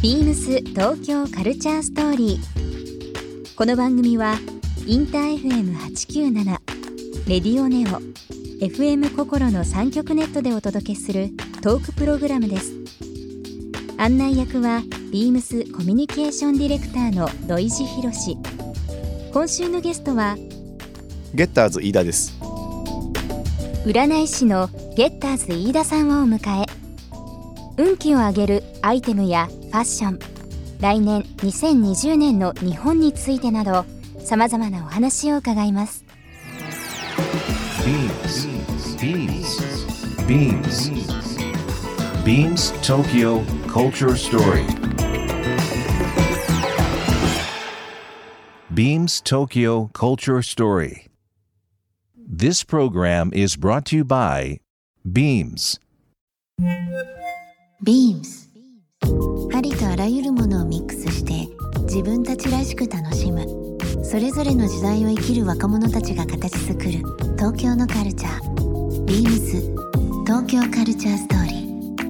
ビームス東京カルチャーストーリー。この番組はインター FM897 レディオネオ FM 心の3極ネットでお届けするトークプログラムです。案内役はビームスコミュニケーションディレクターの土井博志。今週のゲストはゲッターズ飯田です。 占い師のゲッターズ飯田さんをお迎え、運気を上げるアイテムやファッション、来年2020年の日本についてなどさまざまなお話を伺います。 Beams Tokyo Culture Story. Beams Tokyo Culture Story. This program is brought to you by Beams. Beams ありとあらゆるものをミックスして自分たちらしく楽しむ、それぞれの時代を生きる若者たちが形作る東京のカルチャー。 Beams 東京カルチャーストーリー。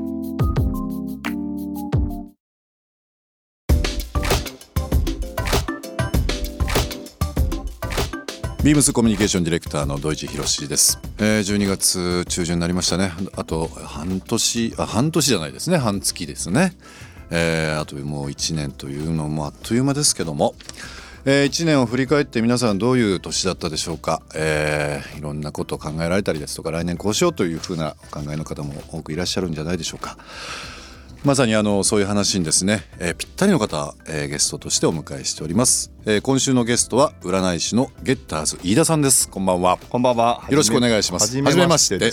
ビームスコミュニケーションディレクターの土井博志です。12月中旬になりましたね。あと半年じゃないですね、半月ですね。あともう1年というのもあっという間ですけども、1年を振り返って皆さんどういう年だったでしょうか。いろんなことを考えられたりですとか、来年こうしようというふうなお考えの方も多くいらっしゃるんじゃないでしょうか。まさにそういう話にですね、ぴったりの方、ゲストとしてお迎えしております。今週のゲストは占い師のゲッターズ飯田さんです。こんばんは。 こんばんは。 よろしくお願いします。 はじめましてです。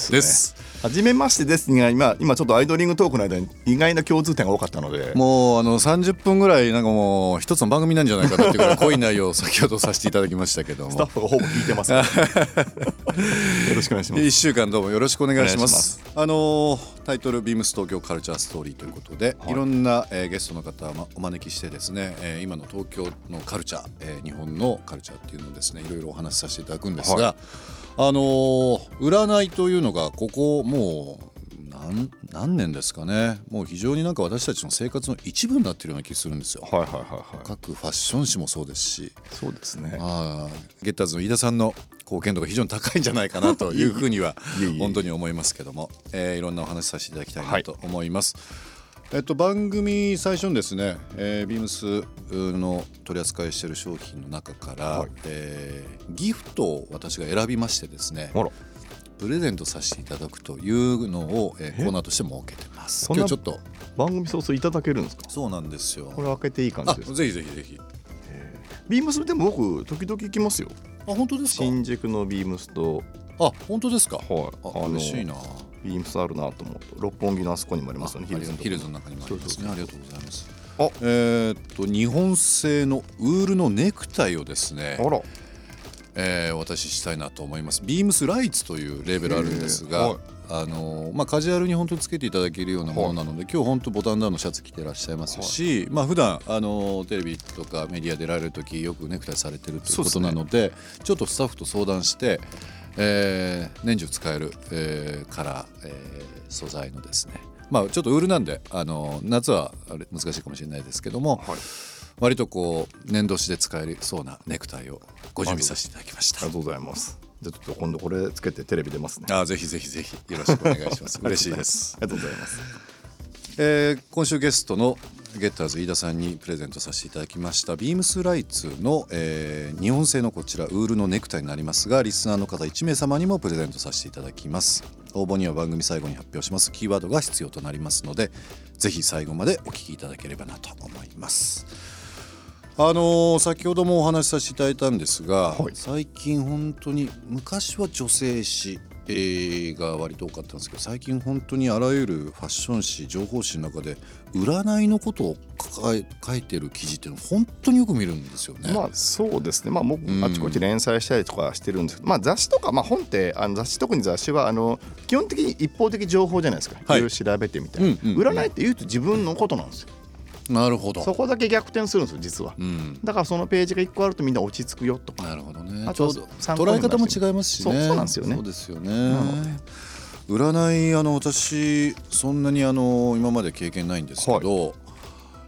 はじめましてですが、今ちょっとアイドリングトークの間に意外な共通点が多かったので、もう 30分ぐらいなんかもう一つの番組なんじゃないかなっていうぐらい濃い内容を先ほどさせていただきましたけども、 スタッフがほぼ聞いてますよろしくお願いします。 1週間どうもよろしくお願いします。タイトルビームス東京カルチャーストーリーということで、いろんな、ゲストの方をお招きしてですね、今の東京のカルチャー、日本のカルチャーっていうのをですね、いろいろお話しさせていただくんですが、占いというのがここもう何年ですかね、もう非常になんか私たちの生活の一部になっているような気がするんですよ。各ファッション誌もそうですし。 そうですね。 ゲッターズの飯田さんの貢献度が非常に高いんじゃないかなというふうには本当に思いますけども、いろんなお話しさせていただきたいなと思います。番組最初にですね、ビームスの取り扱いしている商品の中から、ギフトを私が選びましてですね、プレゼントさせていただくというのを、コーナーとして設けてます。今日ちょっと番組ソースいただけるんですか？ そうなんですよ。 これ開けていい感じですか？ぜひぜひ。 ビームスでも僕時々行きますよ。 本当ですか？ 新宿のビームスと。 本当ですか？嬉しいな。 ビームスあるなと思うと、六本木のあそこにもありますよね。ヒルズの中にもありますね。ありがとうございます。日本製のウールのネクタイをですね、お渡ししたいなと思います。ビームスライツというレーベルあるんですが、カジュアルに本当につけていただけるようなものなので、今日本当ボタンダウンのシャツ着てらっしゃいますし、普段テレビとかメディア出られる時よくネクタイされてるということなので、ちょっとスタッフと相談して、年中使える、カラー、素材のですね、ちょっとウールなんで夏は難しいかもしれないですけども、割とこう年越しで使えるそうなネクタイをご準備させていただきました。 ありがとうございます。じゃあちょっと今度これつけてテレビ出ますね。 ぜひよろしくお願いします嬉しいです。 ありがとうございます。 今週ゲストのゲッターズ飯田さんにプレゼントさせていただきましたビームスライツの、日本製のこちらウールのネクタイになりますが、リスナーの方1名様にもプレゼントさせていただきます。応募には番組最後に発表しますキーワードが必要となりますので、ぜひ最後までお聞きいただければなと思います。先ほどもお話しさせていただいたんですが、最近本当に昔は女性誌が割と多かったんですけど、最近本当にあらゆるファッション誌情報誌の中で占いのことを書いてる記事っていうのを本当によく見るんですよね。 そうですね。僕あちこち連載したりとかしてるんですけど、雑誌とか、本って雑誌、特に雑誌は基本的に一方的情報じゃないですか。いろいろ調べてみたいな、占いって言うと自分のことなんですよ。 なるほど。 そこだけ逆転するんですよ実は、だからそのページが1個あるとみんな落ち着くよとか。 なるほどね。 あと捉え方も違いますしね。 そうなんですよね。 そうですよね。占い私そんなに今まで経験ないんですけど、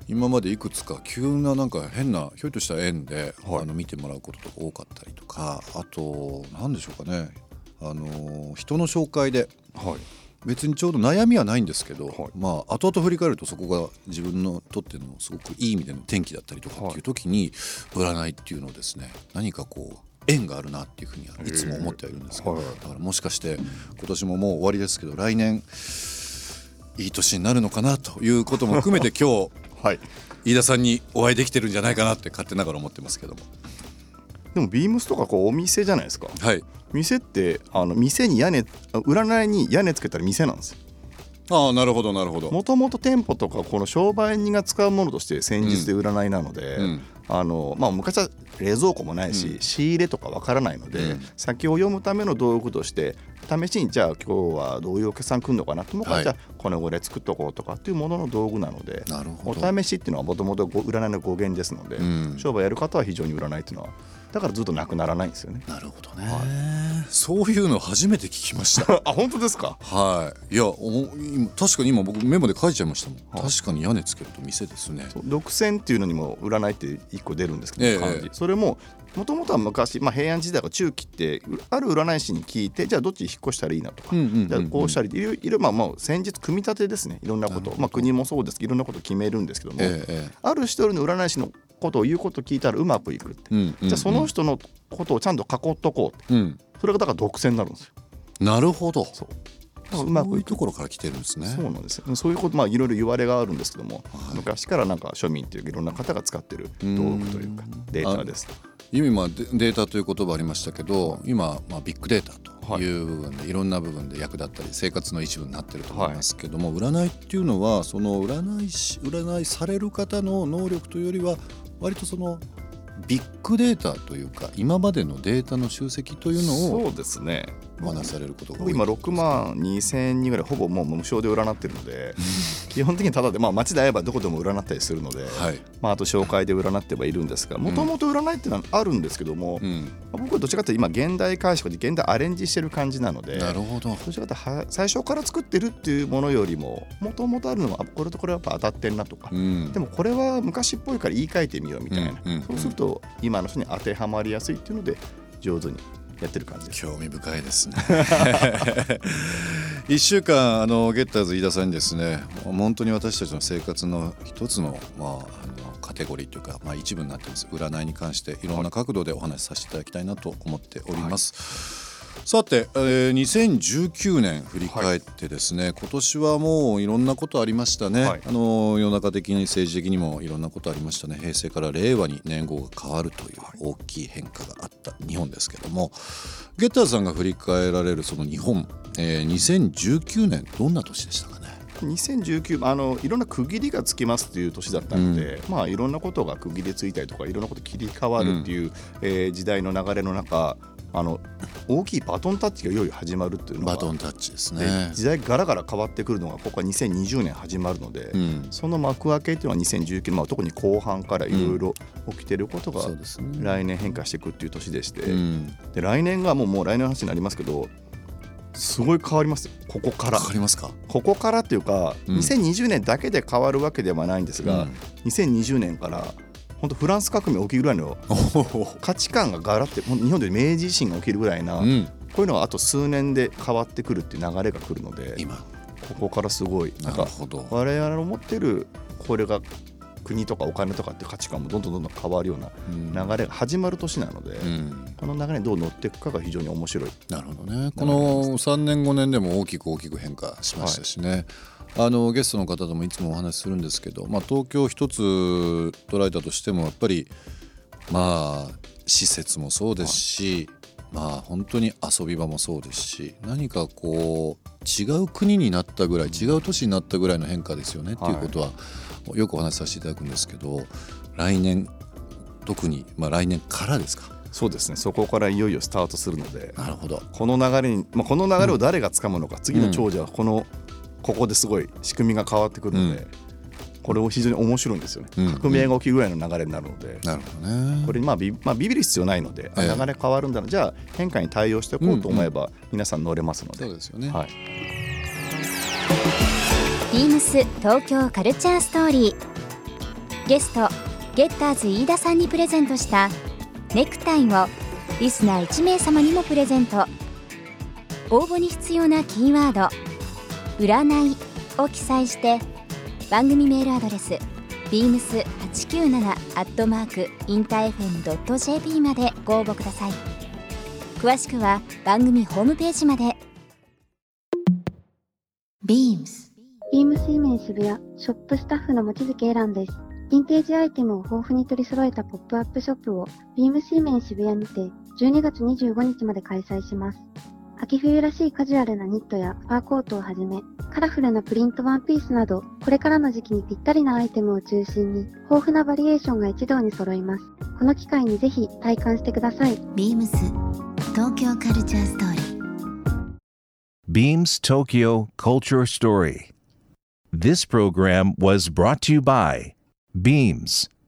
今までいくつか急ななんか変なひょいとした縁で、見てもらうこととか多かったりとか、あと何でしょうかね、人の紹介で、別にちょうど悩みはないんですけど、後々振り返るとそこが自分のとってのすごくいい意味での転機だったりとかっていう時に、占いっていうのをですね、何かこう縁があるなっていうふうにはいつも思ってはいるんですけど、だからもしかして今年ももう終わりですけど、来年いい年になるのかなということも含めて今日、飯田さんにお会いできてるんじゃないかなって勝手ながら思ってますけども。 でもビームスとかこうお店じゃないですか。店って店に占いに屋根つけたら店なんですよ。 なるほどなるほど。 もともと店舗とかこの商売人が使うものとして戦術で占いなので、昔は冷蔵庫もないし、仕入れとかわからないので、先を読むための道具として試しにじゃあ今日はどういうお客さん来るのかなと思うから、じゃあこのぐらい作っとこうとかっていうものの道具なので、お試しっていうのはもともと占いの語源ですので、商売やる方は非常に占いっていうのはだからずっとなくならないんですよね。 なるほどね、そういうの初めて聞きました本当ですか。 いや確かに今僕メモで書いちゃいましたもん、確かに屋根つけると店ですね。 独占っていうのにも占いって一個出るんですけど、漢字それももともとは昔、平安時代か中期ってある占い師に聞いて、じゃあどっちに引っ越したらいいなとか、じゃあこうしたりいろいろ先日組み立てですね、いろんなこと、国もそうですけどいろんなこと決めるんですけども、ある一人の占い師のことを言うことを聞いたらうまくいくって、じゃあその人のことをちゃんと囲っとこうって、それがだから独占になるんですよ。 なるほど。 うまくそういうところから来てるんですね。 そうなんですよ。そういうこといろいろ言われがあるんですけども、昔からなんか庶民というかいろんな方が使ってる道具というかデータです。 今データという言葉ありましたけど、今ビッグデータという部分でいろんな部分で役立ったり生活の一部になってると思いますけども、占いっていうのはその占いされる方の能力というよりは割とそのビッグデータというか今までのデータの集積というのをそうですね、 お話されることが多い。 今6万2000人ぐらいほぼもう無償で占ってるので基本的にただで、街で会えばどこでも占ったりするので、あと紹介で占ってはいるんですが、もともと占いっていうのはあるんですけども、僕はどちらかというと今現代解釈で現代アレンジしてる感じなので、 なるほど。 どちらかというと最初から作ってるっていうものよりももともとあるのはこれとこれはやっぱ当たってんなとか、でもこれは昔っぽいから言い換えてみようみたいな、そうすると今の人に当てはまりやすいっていうので上手にやってる感じです。 興味深いですね1週間ゲッターズ飯田さんにですね、本当に私たちの生活の一つの、カテゴリーというか、一部になっています占いに関していろんな角度でお話しさせていただきたいなと思っております。さて、2019年振り返ってですね、今年はもういろんなことありましたね、世の中的に政治的にもいろんなことありましたね。平成から令和に年号が変わるという大きい変化があった日本ですけども、ゲッターさんが振り返られるその日本、2019年どんな年でしたかね。 2019いろんな区切りがつきますという年だったので、いろんなことが区切りついたりとかいろんなこと切り替わるっていう、時代の流れの中、大きいバトンタッチがいよいよ始まるっていうのはバトンタッチですね。 時代ガラガラ変わってくるのがここは2020年始まるので、その幕開けっていうのは2019年、特に後半からいろいろ起きてることが来年変化していくっていう年でして、で来年がもう来年の話になりますけどすごい変わりますよ。ここから変わりますか。 ここからっていうか、2020年だけで変わるわけではないんですが、2020年から本当フランス革命起きるぐらいの価値観がガラッて、日本で明治維新が起きるぐらいな、こういうのがあと数年で変わってくるっていう流れが来るので、今ここからすごいなんか我々の持ってるこれが国とかお金とかっていう価値観もどんどん変わるような流れが始まる年なので、この流れにどう乗っていくかが非常に面白い。 なるほどね。この3年5年でも大きく変化しましたしね、ゲストの方ともいつもお話しするんですけど、東京一つ捉えたとしてもやっぱり施設もそうですし、本当に遊び場もそうですし、何かこう違う国になったぐらい、違う都市になったぐらいの変化ですよねっていうことはよくお話しさせていただくんですけど、来年特に来年からですか。 そうですね、そこからいよいよスタートするので、 なるほど。 この流れに、この流れを誰が掴むのか、次の長者はここですごい仕組みが変わってくるので、これも非常に面白いんですよね。革命が起きるぐらいの流れになるので、 なるほどね。 これビビる必要ないので、流れ変わるんだな、じゃあ変化に対応していこうと思えば皆さん乗れますので。 そうですよね。 ビームス東京カルチャーストーリー。 ゲストゲッターズ飯田さんにプレゼントしたネクタイをリスナー1名様にもプレゼント。応募に必要なキーワード占いを記載して番組メールアドレス beams897@interfm.jp までご応募ください。詳しくは番組ホームページまで。 BEAMS ビームスイメン渋谷ショップスタッフの望月エランです。ヴィンテージアイテムを豊富に取り揃えたポップアップショップをビームスイメン渋谷にて12月25日まで開催します。秋冬らしいカジュアルなニットやファーコートをはじめ、カラフルなプリントワンピースなど、これからの時期にぴったりなアイテムを中心に、豊富なバリエーションが一堂に揃います。この機会にぜひ体感してください。 BEAMS 東京カルチャーストーリー。 Beams Tokyo Culture Story. This program was brought to you by Beams.